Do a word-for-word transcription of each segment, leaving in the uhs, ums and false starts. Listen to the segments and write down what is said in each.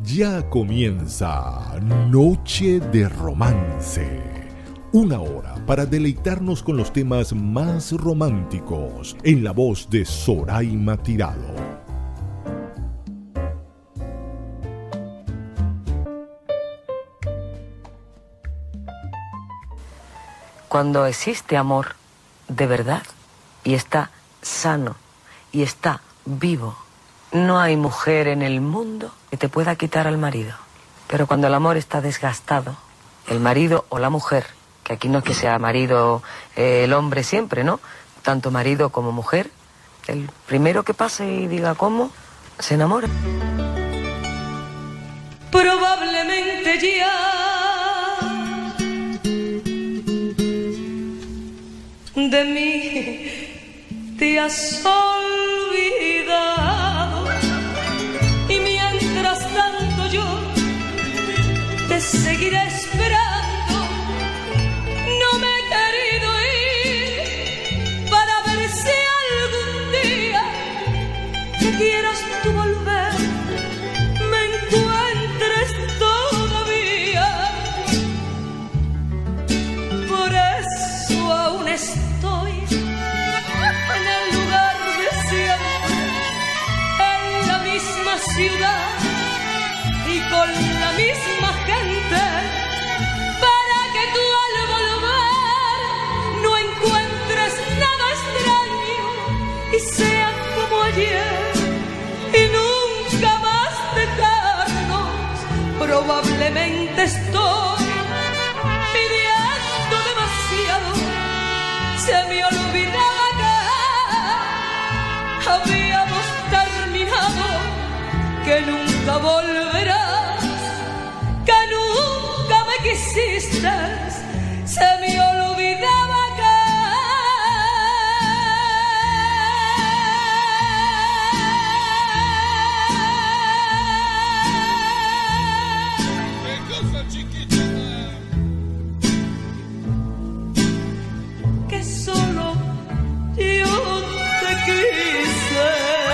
Ya comienza Noche de Romance. Una hora para deleitarnos con los temas más románticos en la voz de Soraima Tirado. Cuando existe amor de verdad y está sano y está vivo, no hay mujer en el mundo que te pueda quitar al marido. Pero cuando el amor está desgastado, el marido o la mujer, que aquí no es que sea marido eh, el hombre siempre, ¿no? Tanto marido como mujer, el primero que pase y diga cómo, se enamora. Probablemente ya de mí te has olvidado, y mientras tanto yo te seguiré esperando. No me he querido ir para ver si algún día que quieras tú volver me encuentres todavía. Por eso aún estoy en el lugar de siempre, en la misma ciudad y con la misma gente, para que tú al volver no encuentres nada extraño y sea como ayer y nunca más dejarnos. Probablemente estoy pidiendo demasiado, se me olvidaba que habíamos terminado, que nunca volverás, que nunca me quisiste, se me olvidaba que qué cosa chiquita, que solo yo te quise.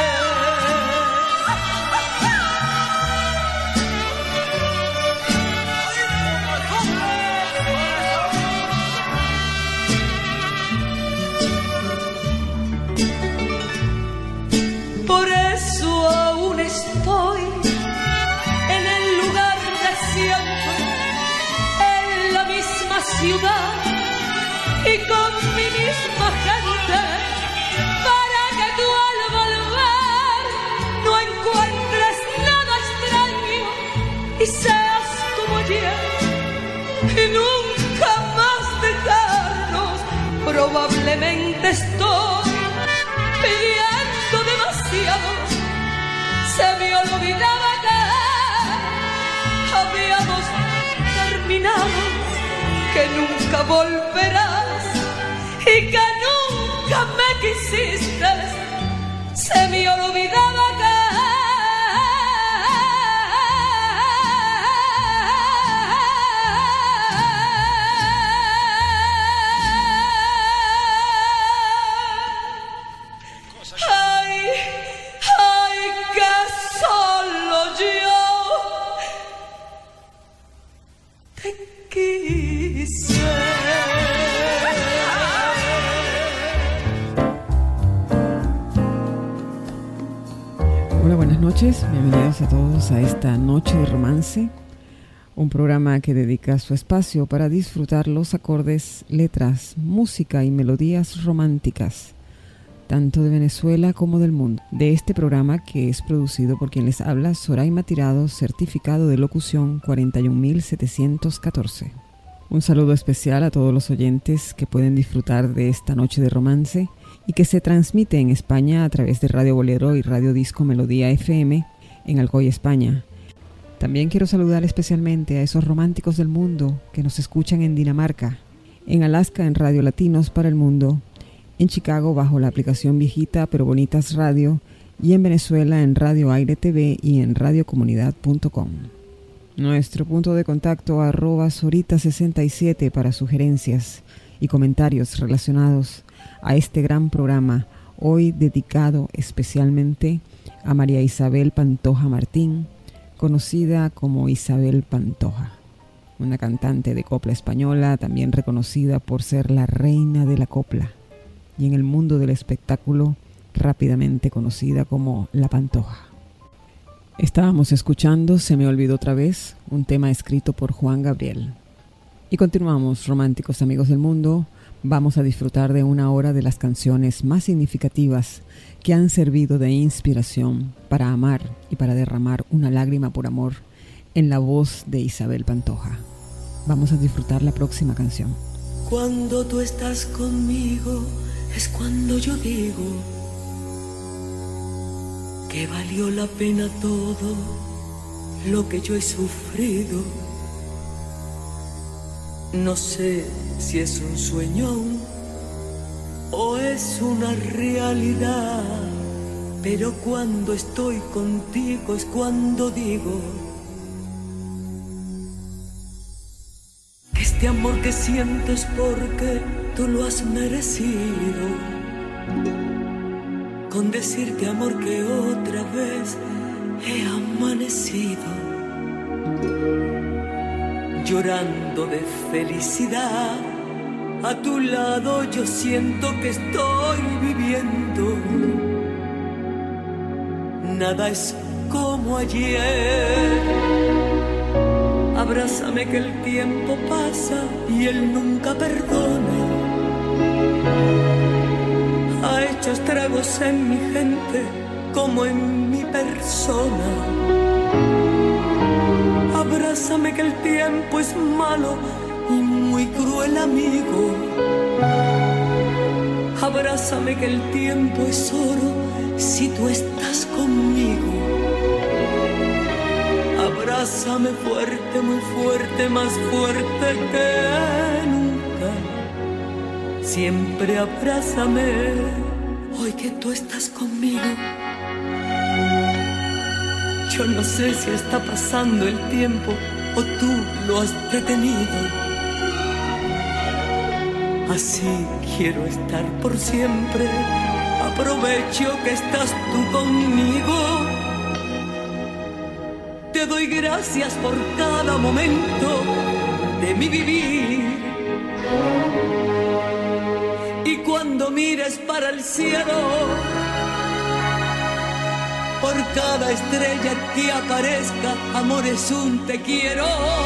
Por eso aún estoy en el lugar de siempre, en la misma ciudad y con mi misma gente, para que tú al volver no encuentres nada extraño y seas como ayer y nunca más dejarnos. Probablemente estoy pidiendo demasiado, se me olvidaba que habíamos terminado, que nunca volverás y que nunca me quisiste, se me olvidaba que ay, ay, que solo yo te quise. Hola, buenas noches, bienvenidos a todos a esta Noche de Romance, un programa que dedica su espacio para disfrutar los acordes, letras, música y melodías románticas, tanto de Venezuela como del mundo. De este programa, que es producido por quien les habla, Soraima Tirado, certificado de locución cuarenta y un mil setecientos catorce. Un saludo especial a todos los oyentes que pueden disfrutar de esta Noche de Romance y que se transmite en España a través de Radio Bolero y Radio Disco Melodía F M en Alcoy, España. También quiero saludar especialmente a esos románticos del mundo que nos escuchan en Dinamarca, en Alaska en Radio Latinos para el Mundo, en Chicago bajo la aplicación viejita pero bonitas radio, y en Venezuela en Radio Aire T V y en radiocomunidad punto com. Nuestro punto de contacto arroba Sorita sesenta y siete para sugerencias y comentarios relacionados a este gran programa, hoy dedicado especialmente a María Isabel Pantoja Martín, conocida como Isabel Pantoja, una cantante de copla española, también reconocida por ser la reina de la copla y en el mundo del espectáculo rápidamente conocida como La Pantoja. Estábamos escuchando Se me olvidó otra vez, un tema escrito por Juan Gabriel. Y continuamos, románticos amigos del mundo. Vamos a disfrutar de una hora de las canciones más significativas que han servido de inspiración para amar y para derramar una lágrima por amor en la voz de Isabel Pantoja. Vamos a disfrutar la próxima canción. Cuando tú estás conmigo es cuando yo digo que valió la pena todo lo que yo he sufrido. No sé si es un sueño o es una realidad, pero cuando estoy contigo es cuando digo que este amor que siento es porque tú lo has merecido. Con decirte, amor, que otra vez he amanecido llorando de felicidad. A tu lado yo siento que estoy viviendo. Nada es como ayer. Abrázame que el tiempo pasa y él nunca perdona. Ha hecho estragos en mi gente como en mi persona. Abrázame que el tiempo es malo y muy cruel amigo. Abrázame que el tiempo es oro si tú estás conmigo. Abrázame fuerte, muy fuerte, más fuerte que nunca. Siempre abrázame hoy que tú estás conmigo. Yo no sé si está pasando el tiempo o tú lo has detenido. Así quiero estar por siempre. Aprovecho que estás tú conmigo. Te doy gracias por cada momento de mi vivir. Y cuando mires para el cielo, por cada estrella que aparezca, amor, es un te quiero.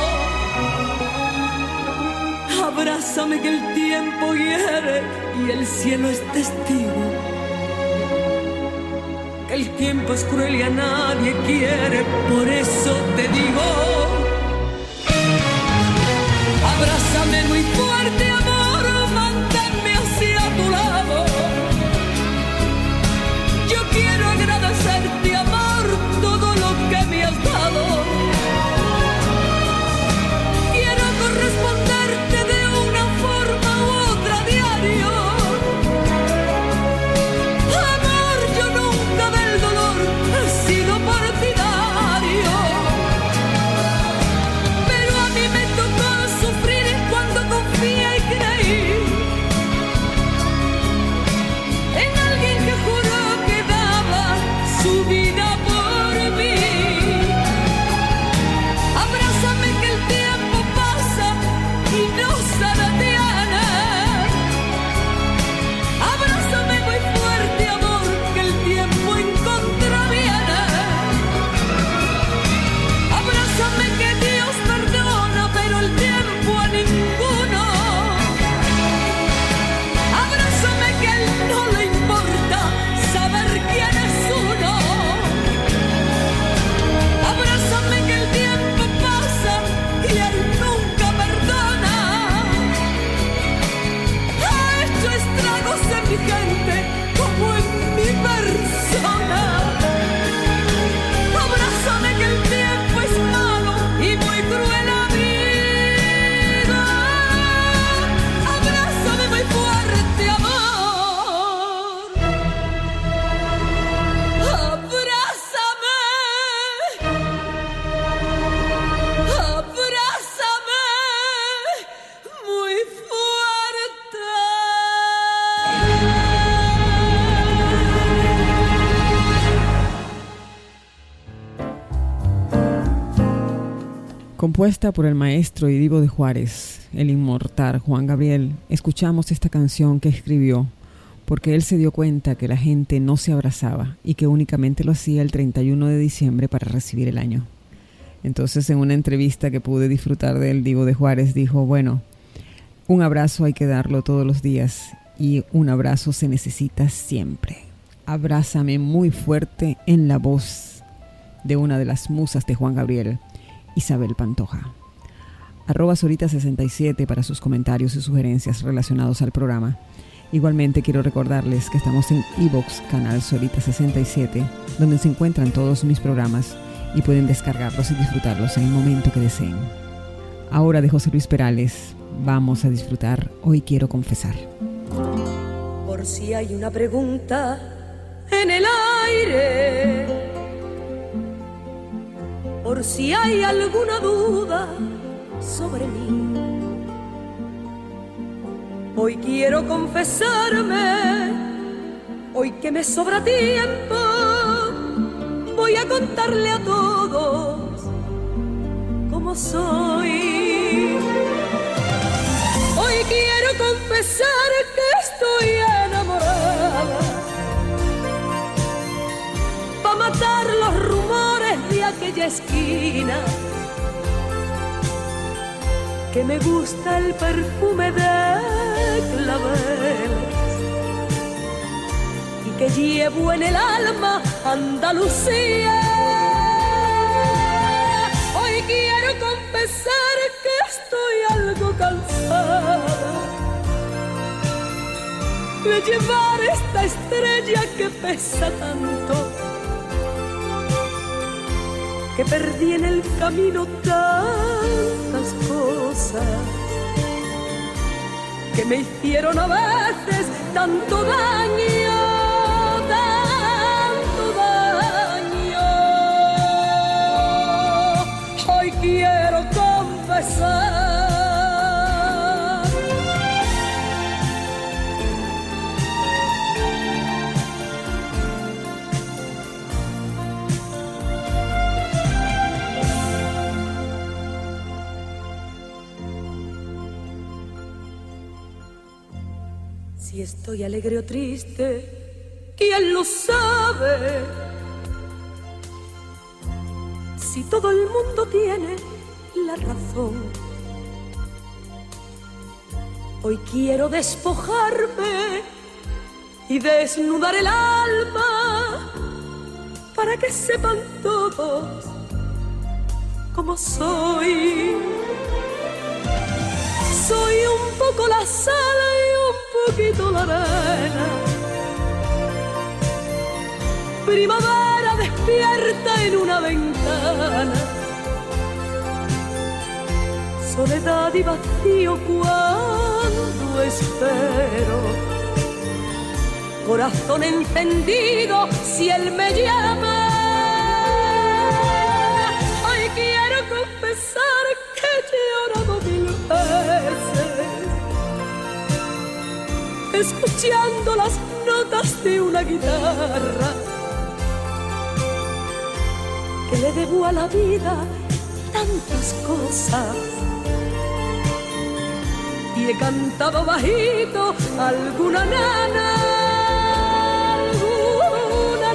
Abrázame que el tiempo hiere y el cielo es testigo. Que el tiempo es cruel y a nadie quiere, por eso te digo. Abrázame muy fuerte, amor, manténme hacia tu lado. Yo quiero agradecerte, amor, todo lo que me has dado. Quiero corresponderte de una forma u otra a diario. Amor, yo nunca del dolor he sido partidario. Pero a mí me tocó sufrir cuando confié y Compuesta por el maestro y divo de Juárez, el inmortal Juan Gabriel, escuchamos esta canción que escribió porque él se dio cuenta que la gente no se abrazaba y que únicamente lo hacía el treinta y uno de diciembre para recibir el año. Entonces, en una entrevista que pude disfrutar del divo de Juárez, dijo, bueno, un abrazo hay que darlo todos los días y un abrazo se necesita siempre. Abrázame muy fuerte, en la voz de una de las musas de Juan Gabriel, Isabel Pantoja. Arroba Sorita sesenta y siete para sus comentarios y sugerencias relacionados al programa. Igualmente quiero recordarles que estamos en iVoox, canal Sorita sesenta y siete, donde se encuentran todos mis programas y pueden descargarlos y disfrutarlos en el momento que deseen. Ahora, de José Luis Perales, vamos a disfrutar Hoy Quiero Confesar. Por si hay una pregunta en el aire, por si hay alguna duda sobre mí, hoy quiero confesarme, hoy que me sobra tiempo, voy a contarle a todos cómo soy. Hoy quiero confesar que estoy enamorada, pa' matar los rumores de aquella esquina, que me gusta el perfume de claveles y que llevo en el alma Andalucía. Hoy quiero confesar que estoy algo cansada de llevar esta estrella que pesa tanto, que perdí en el camino tantas cosas que me hicieron a veces tanto daño, tanto daño. Hoy quiero confesar si estoy alegre o triste, ¿quién lo sabe? Si todo el mundo tiene la razón. Hoy quiero despojarme y desnudar el alma para que sepan todos cómo soy. Soy un poco la sal y un poquito la arena, primavera despierta en una ventana, soledad y vacío cuando espero, corazón encendido si él me llama. Hoy quiero confesar que he llorado mil veces, escuchando las notas de una guitarra, que le debo a la vida tantas cosas, y he cantado bajito alguna nana, alguna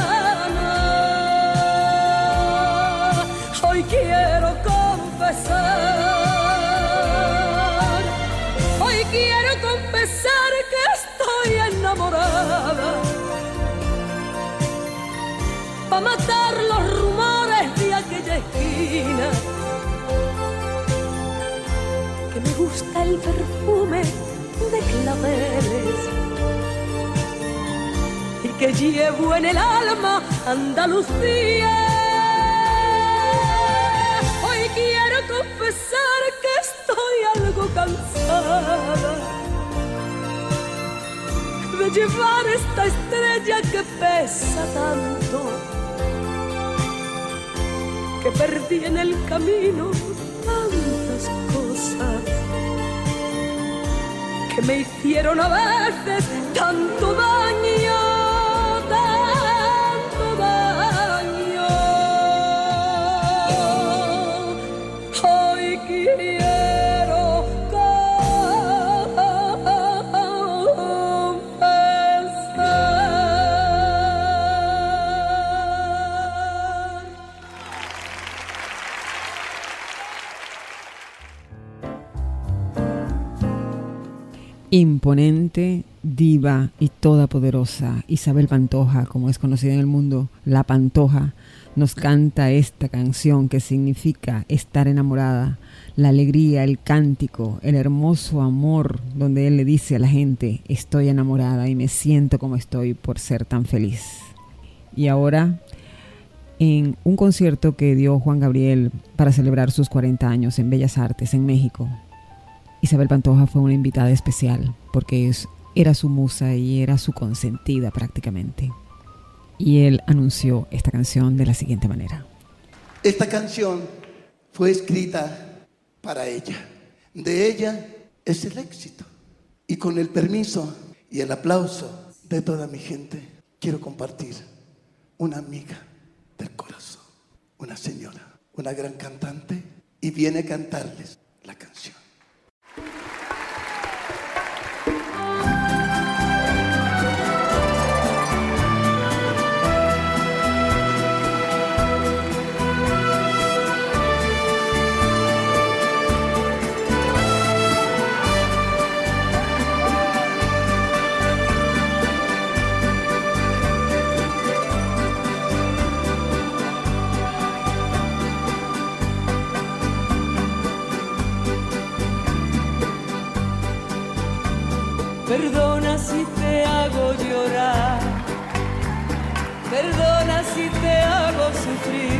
nana. Hoy quiero confesar, hoy quiero confesar que estoy enamorada, pa' matar los rumores de aquella esquina, que me gusta el perfume de claveles y que llevo en el alma Andalucía. Hoy quiero confesar que estoy algo cansada de llevar esta estrella que pesa tanto, que perdí en el camino tantas cosas que me hicieron a veces tanto daño, tanto daño. imponente, diva y todopoderosa Isabel Pantoja, como es conocida en el mundo, La Pantoja, nos canta esta canción que significa estar enamorada, la alegría, el cántico, el hermoso amor, donde él le dice a la gente, estoy enamorada y me siento como estoy por ser tan feliz. Y ahora, en un concierto que dio Juan Gabriel para celebrar sus cuarenta años en Bellas Artes, en México, Isabel Pantoja fue una invitada especial porque es, era su musa y era su consentida prácticamente. Y él anunció esta canción de la siguiente manera. Esta canción fue escrita para ella. De ella es el éxito. Y con el permiso y el aplauso de toda mi gente, quiero compartir una amiga del corazón, una señora, una gran cantante, y viene a cantarles la canción. Perdona si te hago llorar, perdona si te hago sufrir,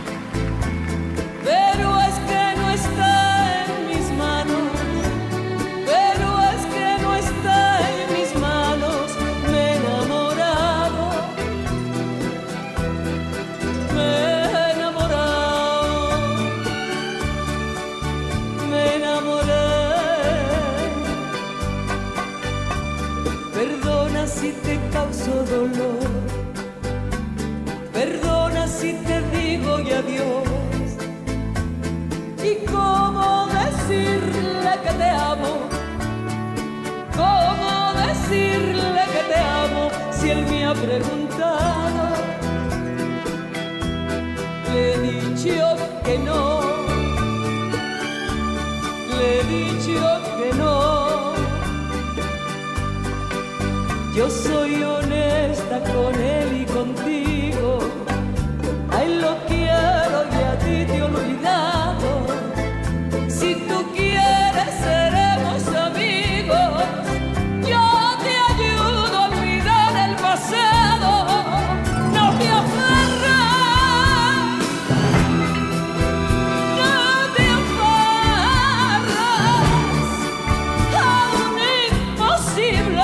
pero es que no está en mis manos, pero es que no está en mis manos. Me he enamorado, me he enamorado, me enamoré. Perdona si te causo dolor, perdona si te digo ya adiós. ¿Y cómo decirle que te amo? ¿Cómo decirle que te amo si él me ha preguntado? Le he dicho que no, le he dicho que no. Yo soy honesta con él y contigo. A él lo quiero y a ti te he olvidado. Si tú quieres seremos amigos. Yo te ayudo a olvidar el pasado. No te aferres, no te aferres a un imposible.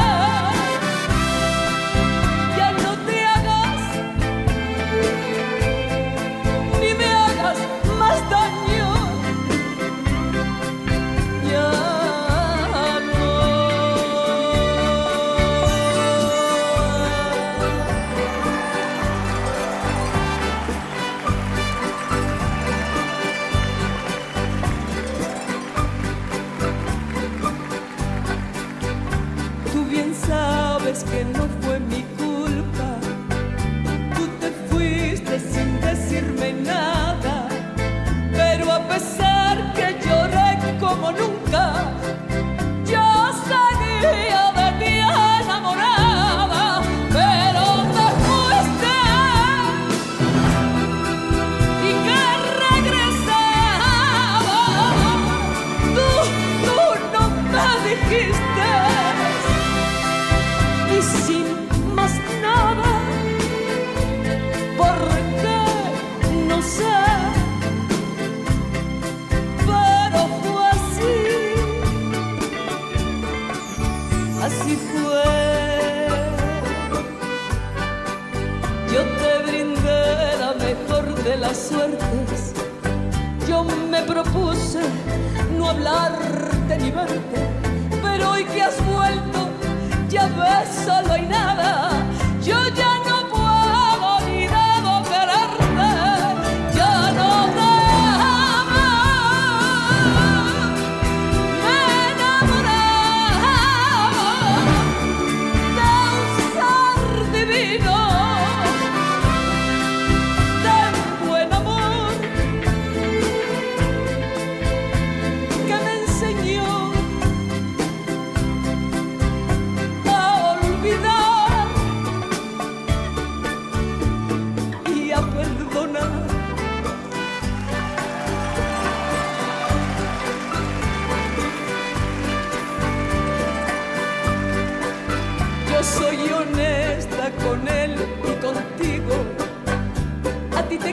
Que no fue mi culpa, tú te fuiste sin decirme nada, pero a pesar que lloré como nunca, yo seguía de ti enamorada. Pero te fuiste y que regresaba, tú, tú no me dijiste. Y sin más nada, porque no sé, pero fue así, así fue. Yo te brindé la mejor de las suertes, yo me propuse no hablarte ni verte, pero hoy que has vuelto, ya ves, solo hay nada. Yo ya no puedo ni debo quererte. Ya no te amo. Me he enamorado de un ser divino, de buen amor que me enseñó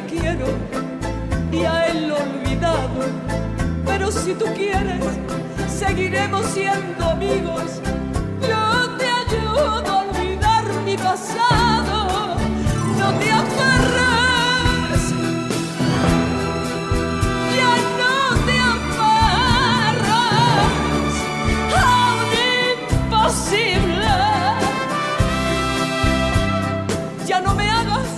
quiero y a él olvidado. Pero si tú quieres, seguiremos siendo amigos. Yo te ayudo a olvidar mi pasado. No te aferres, ya no te aferres a un imposible. Ya no me hagas,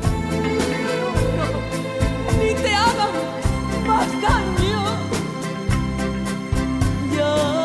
no, ni te hagas más daño. Ya.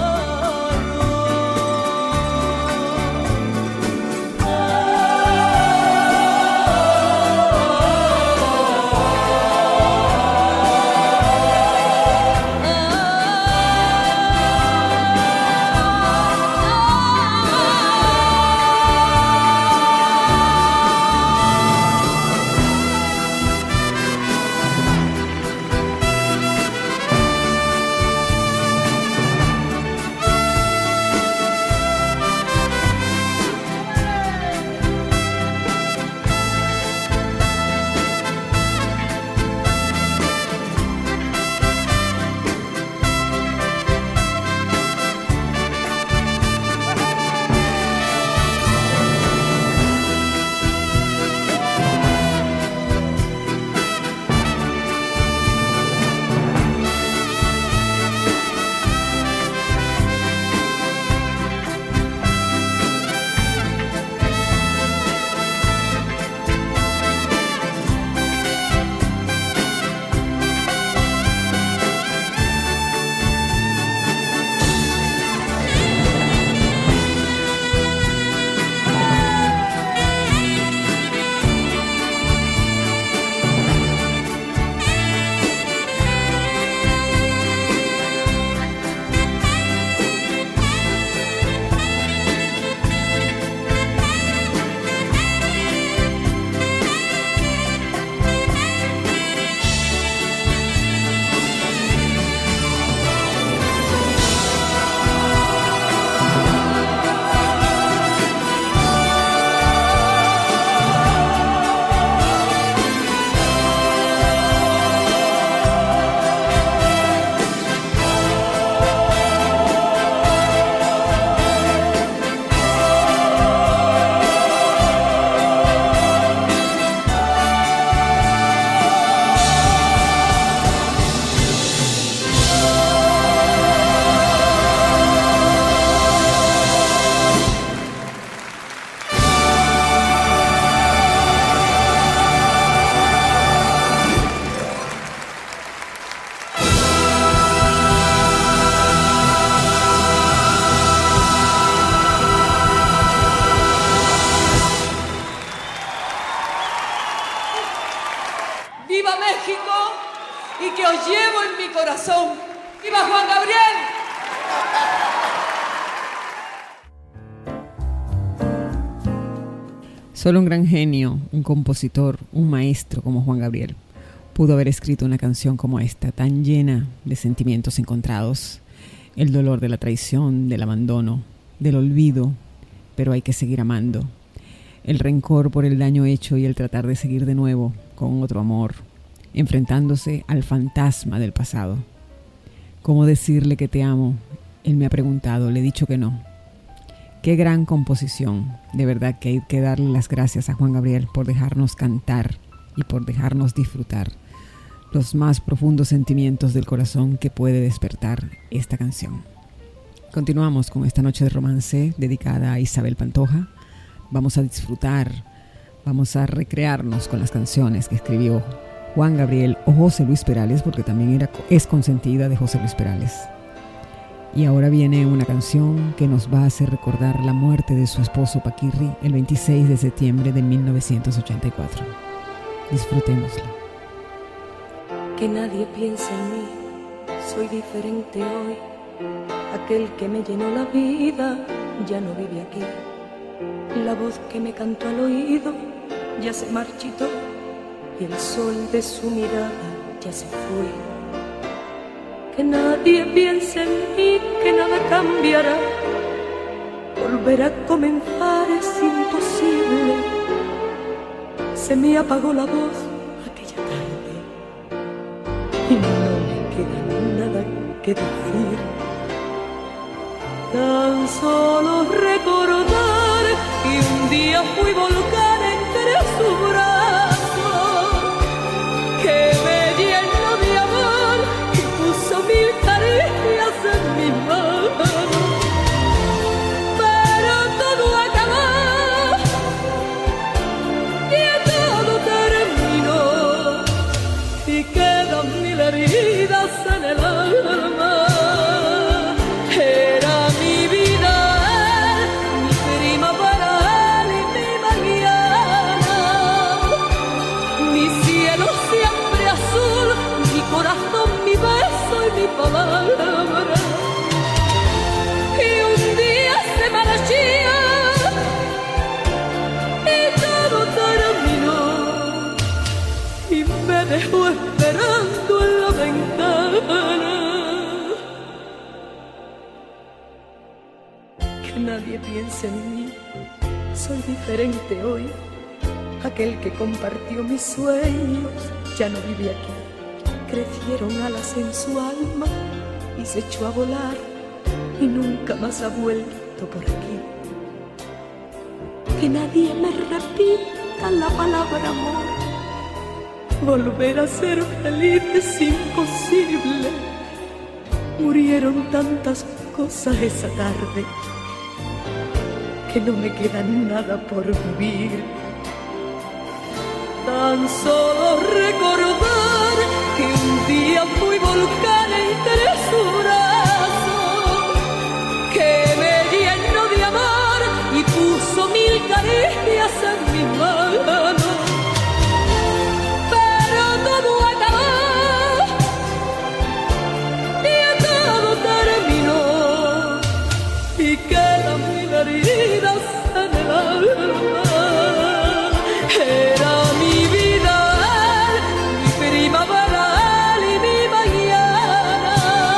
Corazón. ¡Viva Juan Gabriel! Solo un gran genio, un compositor, un maestro como Juan Gabriel pudo haber escrito una canción como esta, tan llena de sentimientos encontrados. El dolor de la traición, del abandono, del olvido, pero hay que seguir amando. El rencor por el daño hecho y el tratar de seguir de nuevo con otro amor, enfrentándose al fantasma del pasado. ¿Cómo decirle que te amo? Él me ha preguntado, le he dicho que no. Qué gran composición. De verdad que hay que darle las gracias a Juan Gabriel por dejarnos cantar y por dejarnos disfrutar los más profundos sentimientos del corazón que puede despertar esta canción. Continuamos con esta noche de romance dedicada a Isabel Pantoja. Vamos a disfrutar, vamos a recrearnos con las canciones que escribió Juan Gabriel o José Luis Perales, porque también era, es consentida de José Luis Perales. Y ahora viene una canción que nos va a hacer recordar la muerte de su esposo Paquirri el veintiséis de septiembre de mil novecientos ochenta y cuatro. Disfrutémosla. Que nadie piense en mí, soy diferente hoy. Aquel que me llenó la vida ya no vive aquí. La voz que me cantó al oído ya se marchitó y el sol de su mirada ya se fue. Que nadie piense en mí, que nada cambiará. Volver a comenzar es imposible. Se me apagó la voz aquella tarde y no me queda nada que decir, tan solo recordar que un día fui volcán entre sus brazos, que me llenó de amor y puso mil caricias en mis manos, pero todo acabó y todo terminó y quedan mil heridas en el alma. Era mi vida, mi primavera y mi mañana, mi cielo siempre azul, mi corazón, mi beso y mi palabra. Y un día se marchó y todo terminó y me dejó esperando en la ventana. Que nadie piense en mí, soy diferente hoy. Aquel que compartió mis sueños ya no vive aquí. Crecieron alas en su alma y se echó a volar y nunca más ha vuelto por aquí. Que nadie me repita la palabra amor. Volver a ser feliz es imposible. Murieron tantas cosas esa tarde que no me queda nada por vivir. Tan solo recordar que un día fui volcán entre sus brazos, que me llenó de amor y puso mil caricias en mis manos, pero todo acabó y todo terminó y quedan mil heridas en el alma. Era mi vida, mi primavera y mi mañana,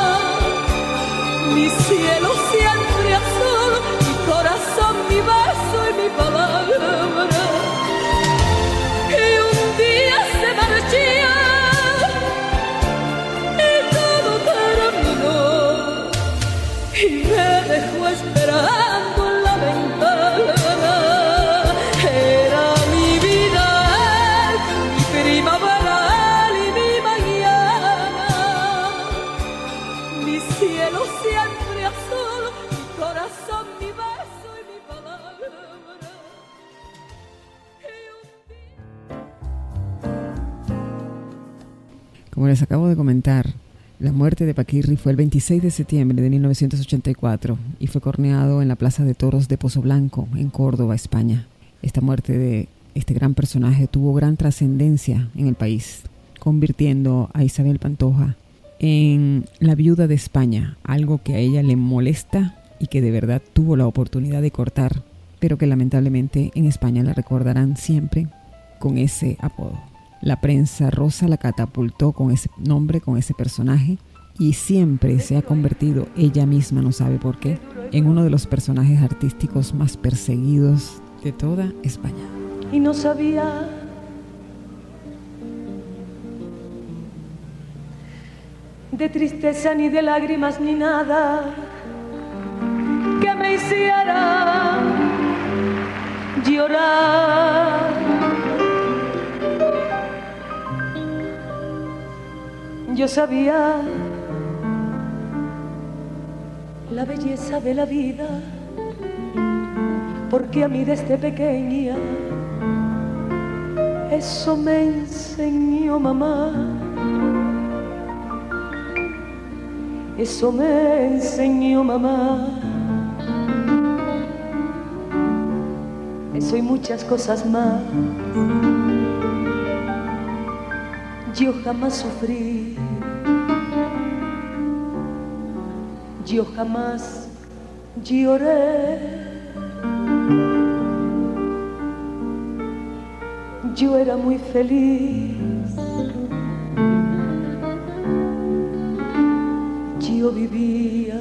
mi cielo siempre azul, mi corazón, mi beso y mi palabra. Y un día se marchó y todo terminó y me dejó esperando en la ventana. Era mi vida, mi primavera y mi mañana, mi cielo siempre azul, mi corazón, mi beso y mi palabra. Como les acabo de comentar, la muerte de Paquirri fue el veintiséis de septiembre de mil novecientos ochenta y cuatro y fue corneado en la Plaza de Toros de Pozoblanco, en Córdoba, España. Esta muerte de este gran personaje tuvo gran trascendencia en el país, convirtiendo a Isabel Pantoja en la viuda de España, algo que a ella le molesta y que de verdad tuvo la oportunidad de cortar, pero que lamentablemente en España la recordarán siempre con ese apodo. La prensa rosa la catapultó con ese nombre, con ese personaje, y siempre se ha convertido, ella misma no sabe por qué, en uno de los personajes artísticos más perseguidos de toda España. Y no sabía de tristeza ni de lágrimas ni nada que me hiciera llorar. Yo sabía la belleza de la vida, porque a mí desde pequeña eso me enseñó mamá. Eso me enseñó mamá. Eso y muchas cosas más. Yo jamás sufrí. Yo jamás lloré. Yo era muy feliz. Yo vivía,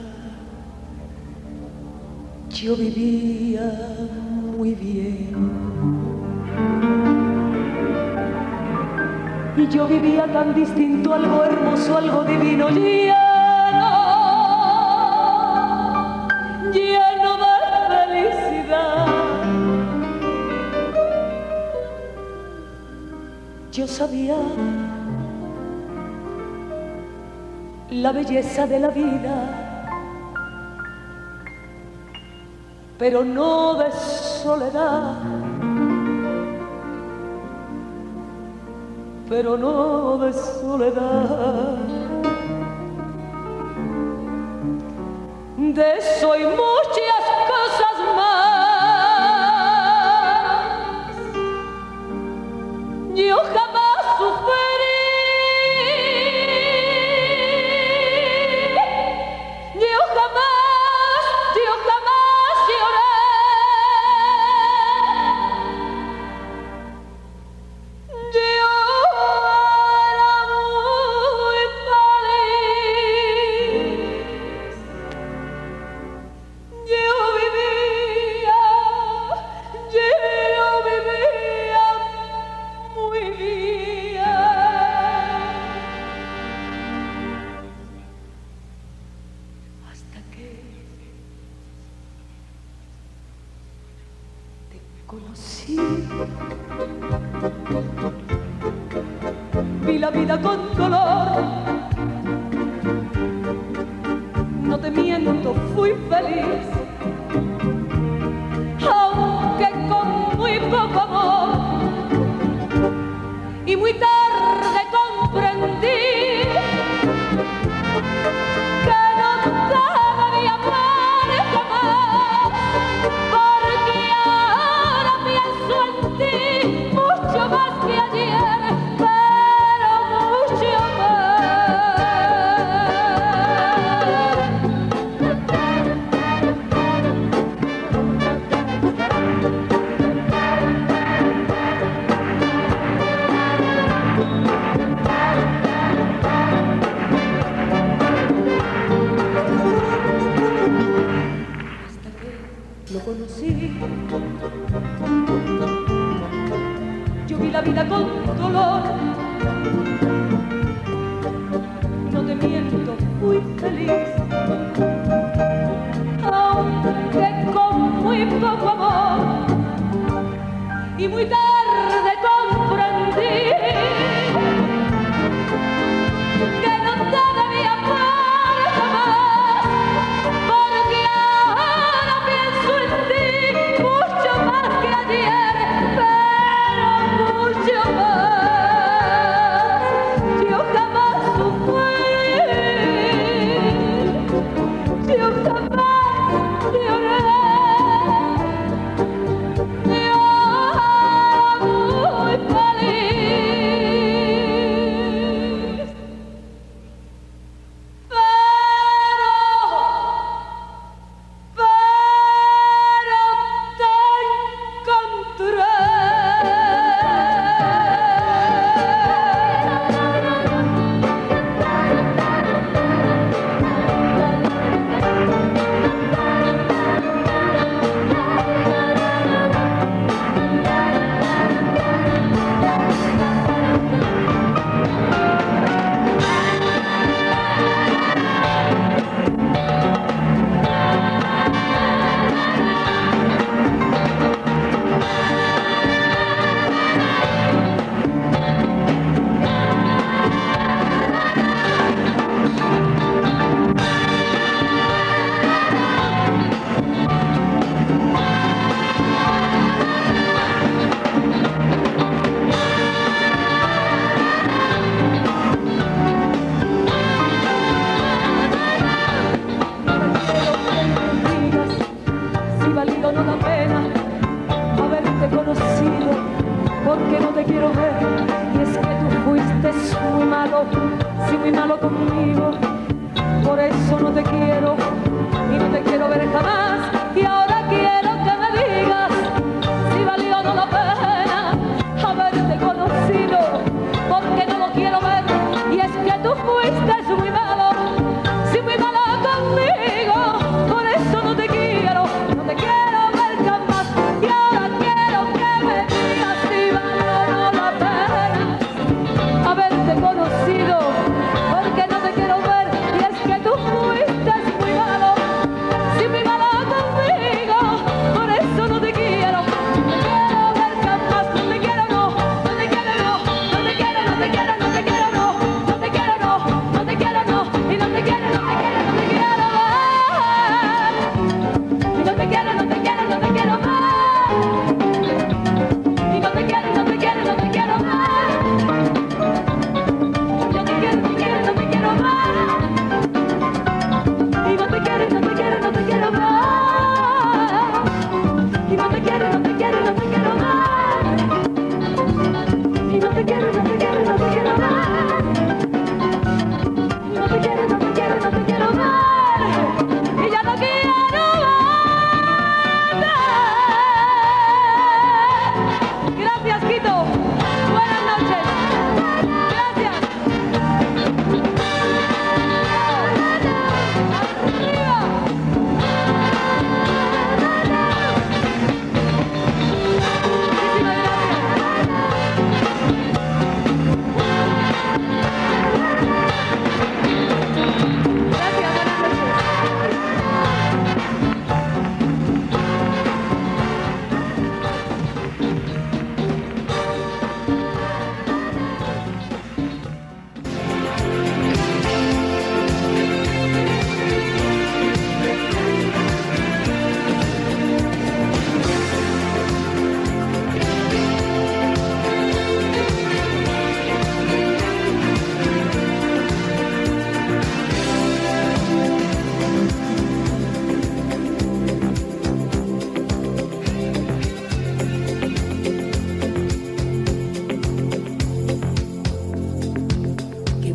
yo vivía muy bien. y yo vivía tan distinto, algo hermoso, algo divino, lleno, lleno de felicidad. Yo sabía la belleza de la vida, pero no de soledad, pero no de soledad. De eso y muchas cosas más, yo jamás sufrí, yo jamás, yo jamás lloré. Yo era muy feliz, yo vivía, yo vivía muy bien. Hasta que te conocí, vi la vida con dolor, no te miento, fui feliz, aunque con muy poco amor, y muy tarde comprendí que no debía amar jamás, porque ahora pienso en ti mucho más que ayer, pero mucho lo conocí, yo vi la vida con dolor, no te miento, fui feliz, aunque con muy poco amor, y muy tarde comprendí que no te debía amar jamás, porque ahora pienso en ti mucho más que ayer, pero mucho más. Yo jamás sufrí, yo jamás lloré, yo era muy feliz.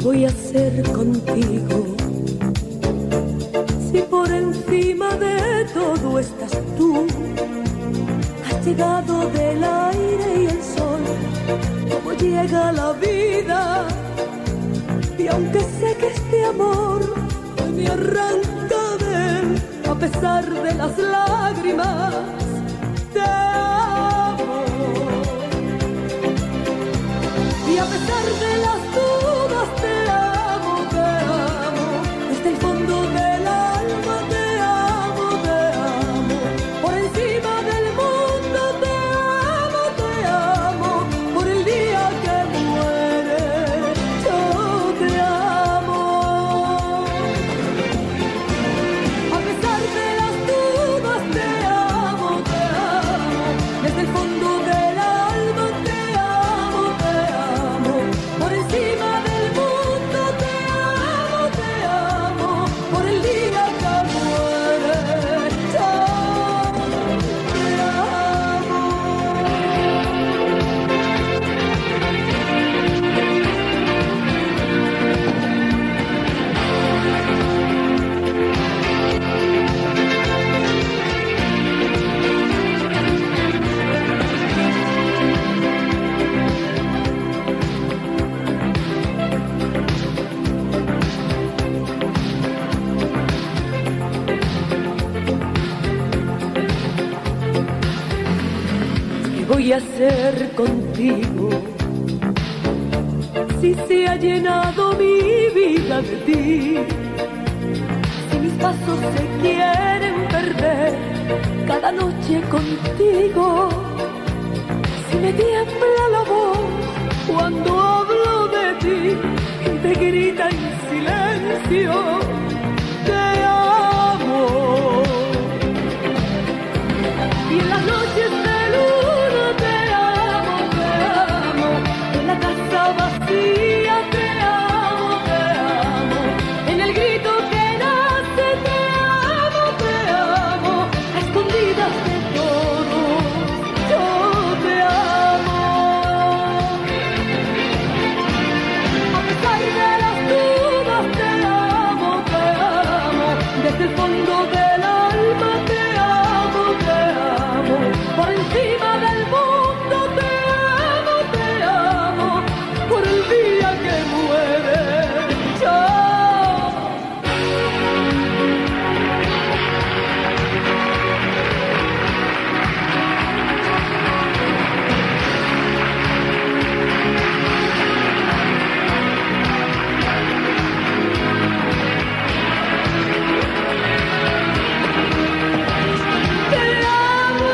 voy a hacer contigo? Si por encima de todo estás tú, has llegado del aire y el sol, como llega la vida. Y aunque sé que este amor hoy me arranca de él, a pesar de las lágrimas, te amo. Y a pesar de las dudas, te amo, te amo. Desde el fondo del alma, te amo, te amo. Por encima del mundo, te amo, te amo. Por el día que muere, yo te amo. A pesar de las dudas, te amo, te amo. Desde el fondo del alma, te amo, te amo. Por encima del mundo, te amo, te amo. Por el día que muere, yo te amo. ¿Qué voy a hacer contigo si se ha llenado mi vida de ti? Si mis pasos se quieren perder cada noche contigo, si me tiembla la voz cuando hablo de ti y te grita en silencio, te amo. Y en las noches de luna te amo, te amo. En la casa vacía te amo, te amo. En el grito que nace te amo, te amo. A escondidas de todos yo te amo. A pesar de las dudas te amo, te amo. Desde el fondo del alma te amo, te amo. Por encima del mundo te amo, te amo. Por el día que muere yo. Te amo.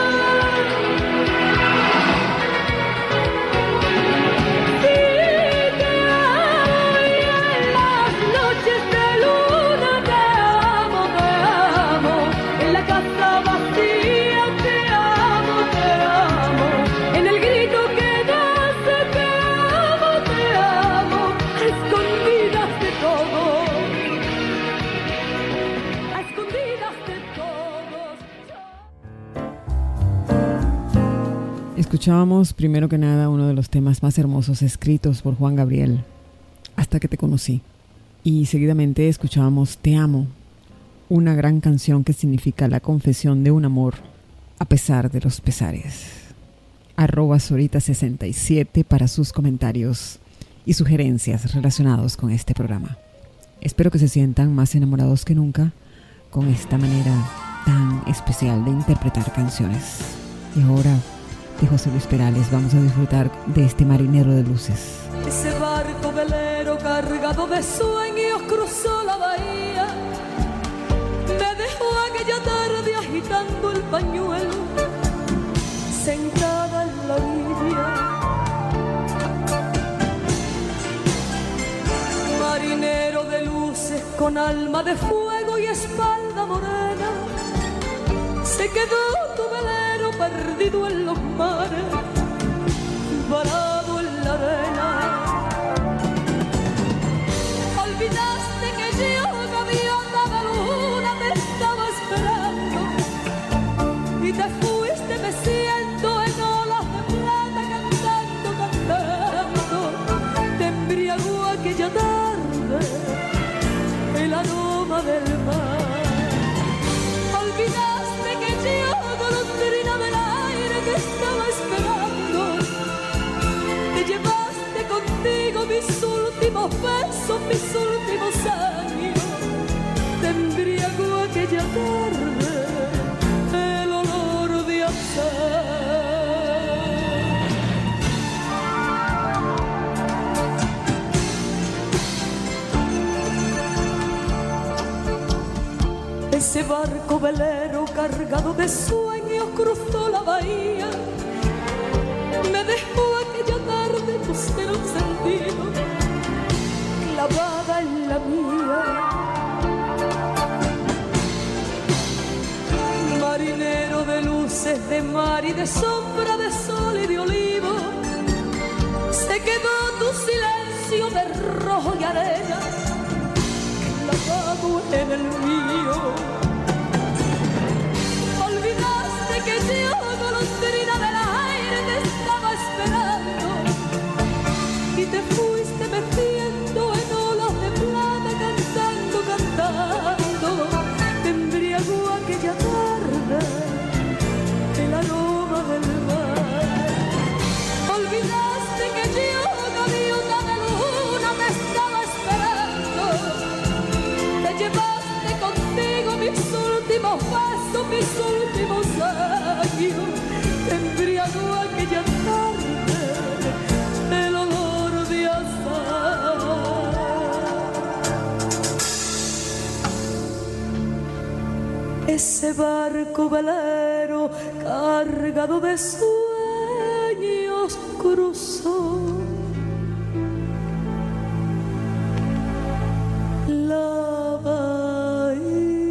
Sí, te amo. Y en las noches de luna te amo, te amo. En la casa vacía te amo, te amo. En el grito que nace te amo, te amo. A escondidas de todo. A escondidas de todos. Escuchábamos primero que nada uno de los temas más hermosos escritos por Juan Gabriel, Hasta que te conocí. Y seguidamente escuchábamos Te amo, una gran canción que significa la confesión de un amor a pesar de los pesares. Arroba Sorita sesenta y siete para sus comentarios y sugerencias relacionados con este programa. Espero que se sientan más enamorados que nunca con esta manera tan especial de interpretar canciones. Y ahora, de José Luis Perales, vamos a disfrutar de este Marinero de Luces. Ese barco velero cargado de sueños cruzó la bahía. Me dejó aquella tarde agitando el pañuelo, sentada en la orilla. Marinero de luces con alma de fuego y espalda morena, se quedó tu velero perdido en los mares, varado en la arena. Olvidaste que yo, gaviota de luna, te estaba esperando y te fuiste meciendo en olas de plata, cantando, cantando. Te embriagó aquella tarde contigo mis últimos besos, mis últimos años. Te embriagó aquella tarde el olor de azahar. Ese barco velero cargado de sueños cruzó la bahía. Me dejó aquella tarde tu cero sentido clavada en la mía. Marinero de luces de mar y de sombra, de sol y de olivo, se quedó tu silencio de rojo y arena clavado en el mío. Olvidaste que yo, golondrina del aire, te estaba esperando y te fuiste metiendo en olas de plata, cantando, cantando. Te embriagó aquella tarde el aroma del mar. Olvidaste que yo, gaviota de luna, te estaba esperando. Te llevaste contigo mis últimos pasos, mis últimos años. Te embriagó aquella tarde el olor de azahar. Ese barco velero cargado de sueños cruzó la bahía.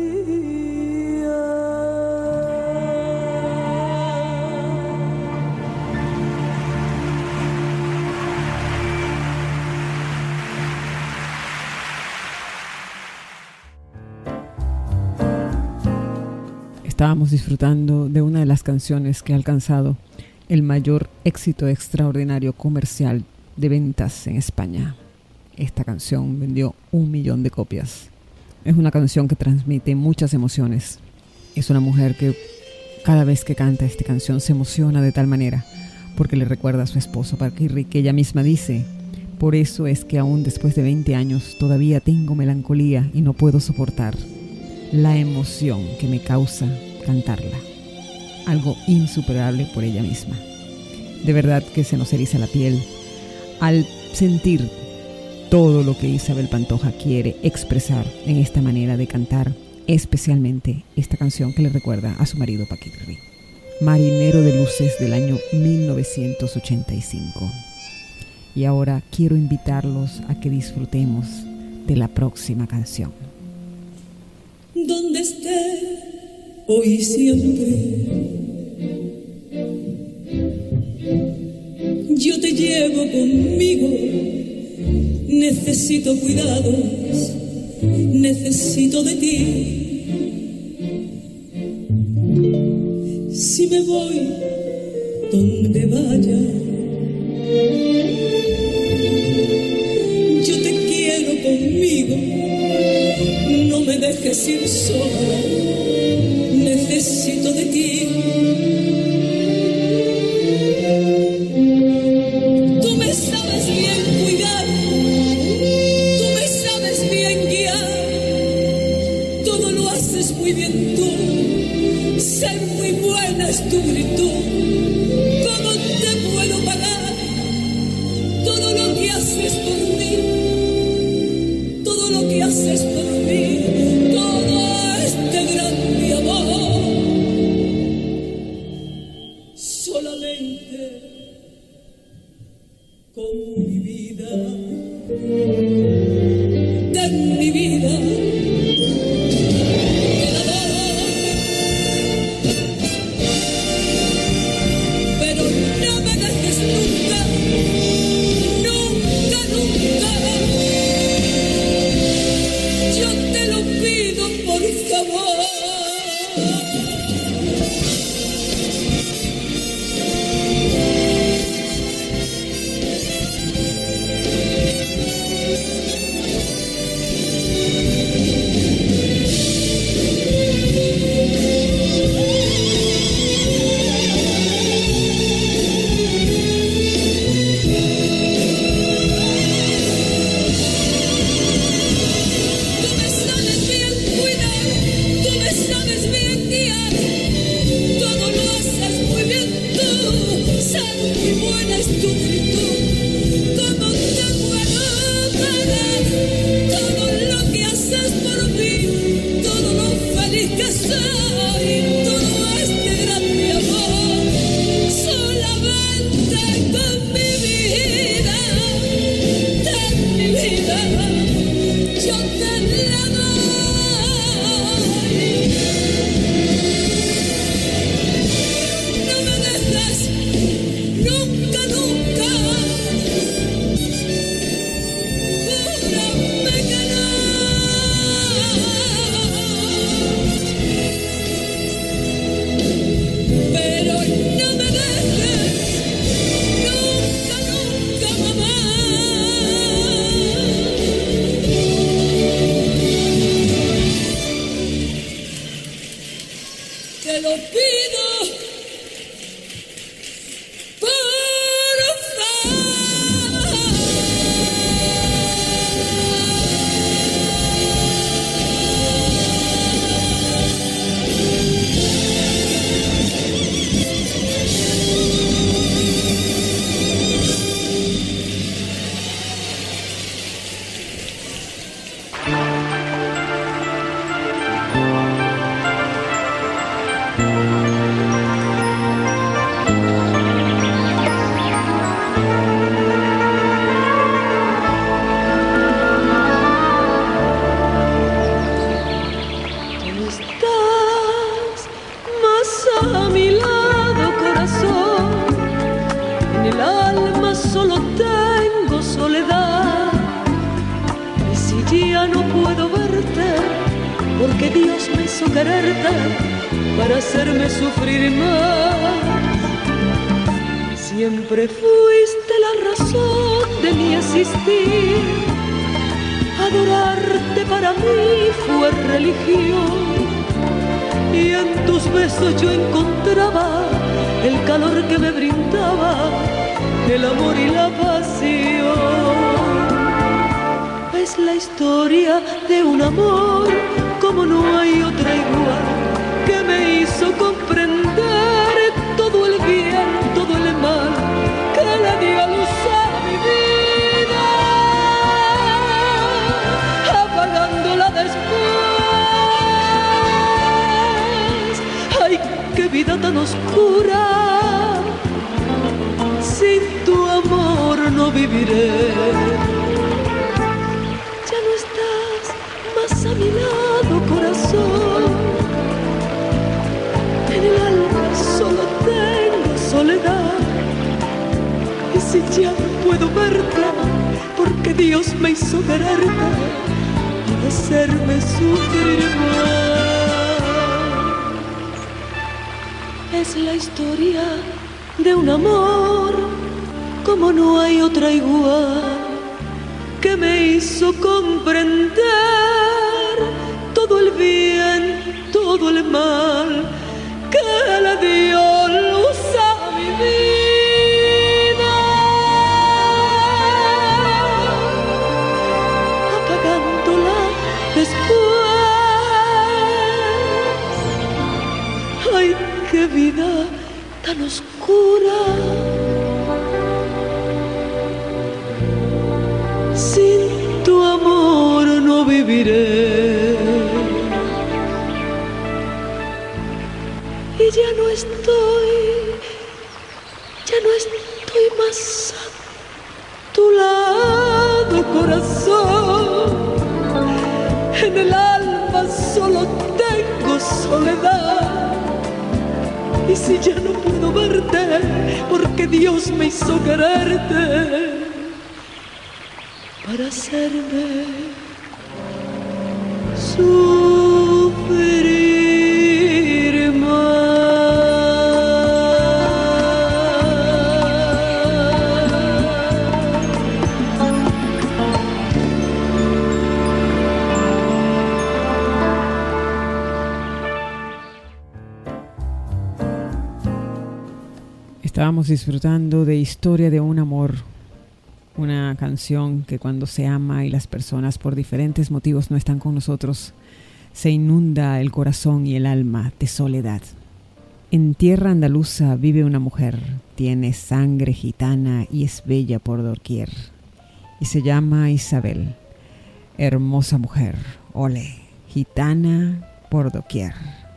Estábamos disfrutando de una de las canciones que ha alcanzado el mayor éxito extraordinario comercial de ventas en España. Esta canción vendió un millón de copias. Es una canción que transmite muchas emociones. Es una mujer que cada vez que canta esta canción se emociona de tal manera porque le recuerda a su esposo Paquirri, que ella misma dice: por eso es que aún después de veinte años todavía tengo melancolía y no puedo soportar la emoción que me causa cantarla. Algo insuperable por ella misma. De verdad que se nos eriza la piel al sentir todo lo que Isabel Pantoja quiere expresar en esta manera de cantar, especialmente esta canción que le recuerda a su marido Paquirri. Marinero de luces, del año mil novecientos ochenta y cinco. Y ahora quiero invitarlos a que disfrutemos de la próxima canción. Donde esté hoy y siempre, yo te llevo conmigo. Necesito cuidados, necesito de ti. Si me voy donde vaya, yo te quiero conmigo. No me dejes ir sola, necesito de ti. Tú me sabes bien cuidar, tú me sabes bien guiar, todo lo haces muy bien tú, ser muy buena es tu virtud. ¿Cómo te puedo pagar todo lo que haces por mí? Todo lo que haces por mí, todo este grande amor. Solamente con mi vida, ten mi vida, te la doy. Pero no me dejes nunca, nunca, nunca. Yo te lo pido por favor. puedo verte, porque Dios me hizo quererte para hacerme sufrir más. Siempre fuiste la razón de mi existir, adorarte para mí fue religión, y en tus besos yo encontraba el calor que me brindaba el amor y la pasión. Es la historia de un amor como no hay otra igual, que me hizo comprender todo el bien, todo el mal, que le dio luz a mi vida, apagándola después. Ay, qué vida tan oscura, sin tu amor no viviré. Ya no estás más a mi lado, corazón. En el alma solo tengo soledad. Y si ya no puedo verte, porque Dios me hizo quererte para hacerme sufrir más. Es la historia de un amor como no hay otra igual, que me hizo comprender todo el bien, todo el mal, que le dio luz a mi vida, apagándola después. Ay, qué vida tan oscura, sin tu amor no viviré. Y ya no estoy, ya no estoy más a tu lado, corazón. En el alma solo tengo soledad. Y si ya no puedo verte, porque Dios me hizo quererte para hacerme sufrir más. Estábamos disfrutando de Historia de un amor, una canción que cuando se ama y las personas por diferentes motivos no están con nosotros, se inunda el corazón y el alma de soledad. En tierra andaluza vive una mujer, tiene sangre gitana y es bella por doquier, y se llama Isabel. Hermosa mujer, ole, gitana por doquier.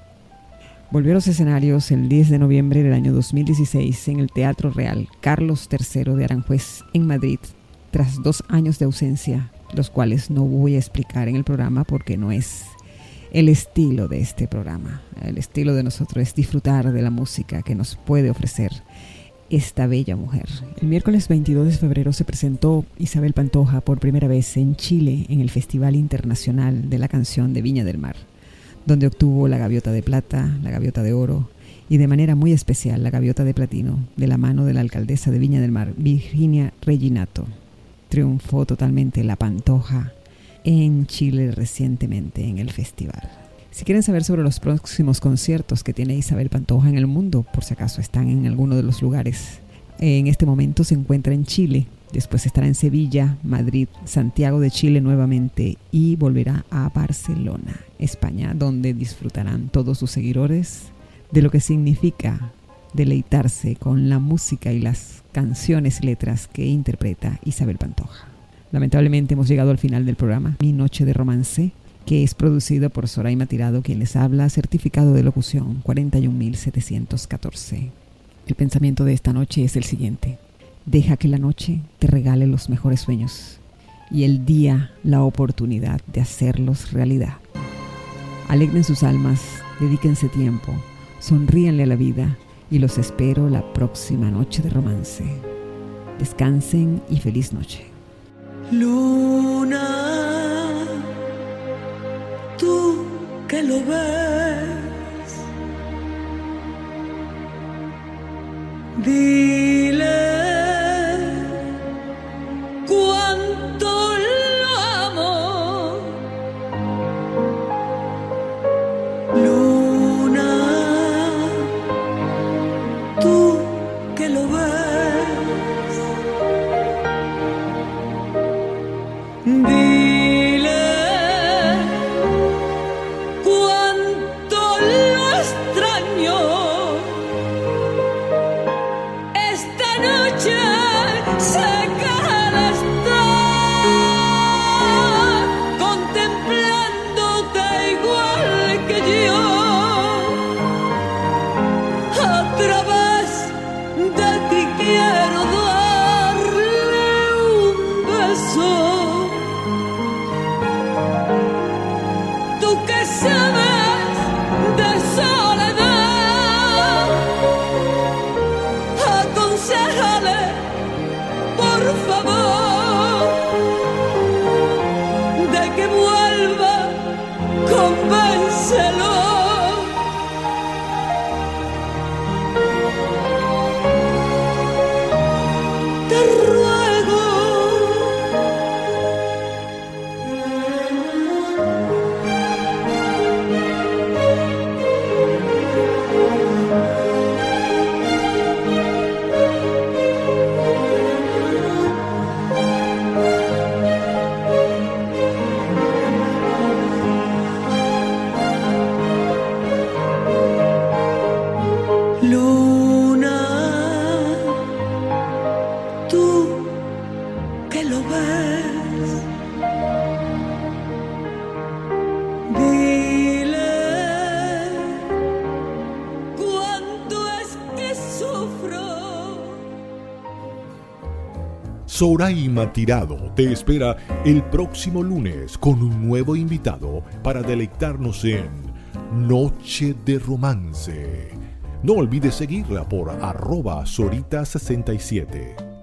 Volvió a los escenarios el diez de noviembre del año dos mil dieciséis en el Teatro Real Carlos tercero de Aranjuez en Madrid, tras dos años de ausencia, los cuales no voy a explicar en el programa porque no es el estilo de este programa. El estilo de nosotros es disfrutar de la música que nos puede ofrecer esta bella mujer. El miércoles veintidós de febrero se presentó Isabel Pantoja por primera vez en Chile en el Festival Internacional de la Canción de Viña del Mar, donde obtuvo la gaviota de plata, la gaviota de oro y de manera muy especial la gaviota de platino de la mano de la alcaldesa de Viña del Mar, Virginia Reginato. Triunfó totalmente la Pantoja en Chile recientemente en el festival. Si quieren saber sobre los próximos conciertos que tiene Isabel Pantoja en el mundo, por si acaso están en alguno de los lugares, en este momento se encuentra en Chile. Después estará en Sevilla, Madrid, Santiago de Chile nuevamente y volverá a Barcelona, España, donde disfrutarán todos sus seguidores de lo que significa deleitarse con la música y las canciones y letras que interpreta Isabel Pantoja. Lamentablemente hemos llegado al final del programa Mi Noche de Romance, que es producido por Soraima Tirado, quien les habla, certificado de locución cuarenta y un mil setecientos catorce. El pensamiento de esta noche es el siguiente: deja que la noche te regale los mejores sueños y el día la oportunidad de hacerlos realidad. Alegren sus almas, dedíquense tiempo, sonríenle a la vida y los espero la próxima noche de romance. Descansen y feliz noche. Luna, que lo ves, dile cuánto lo amo. Luna, tú que lo ves, dile cuánto lo extraño. Esta noche sé que al estar contemplándote igual que yo, a través de ti quiero darle un beso. Tú que sabes de soledad, aconséjale, por favor, de que vuelva, convéncelo. Te ruego. Luna, tú que lo ves, dile cuánto es que sufro. Soraima Tirado te espera el próximo lunes con un nuevo invitado para deleitarnos en Noche de Romance. No olvides seguirla por arroba Sorita sesenta y siete.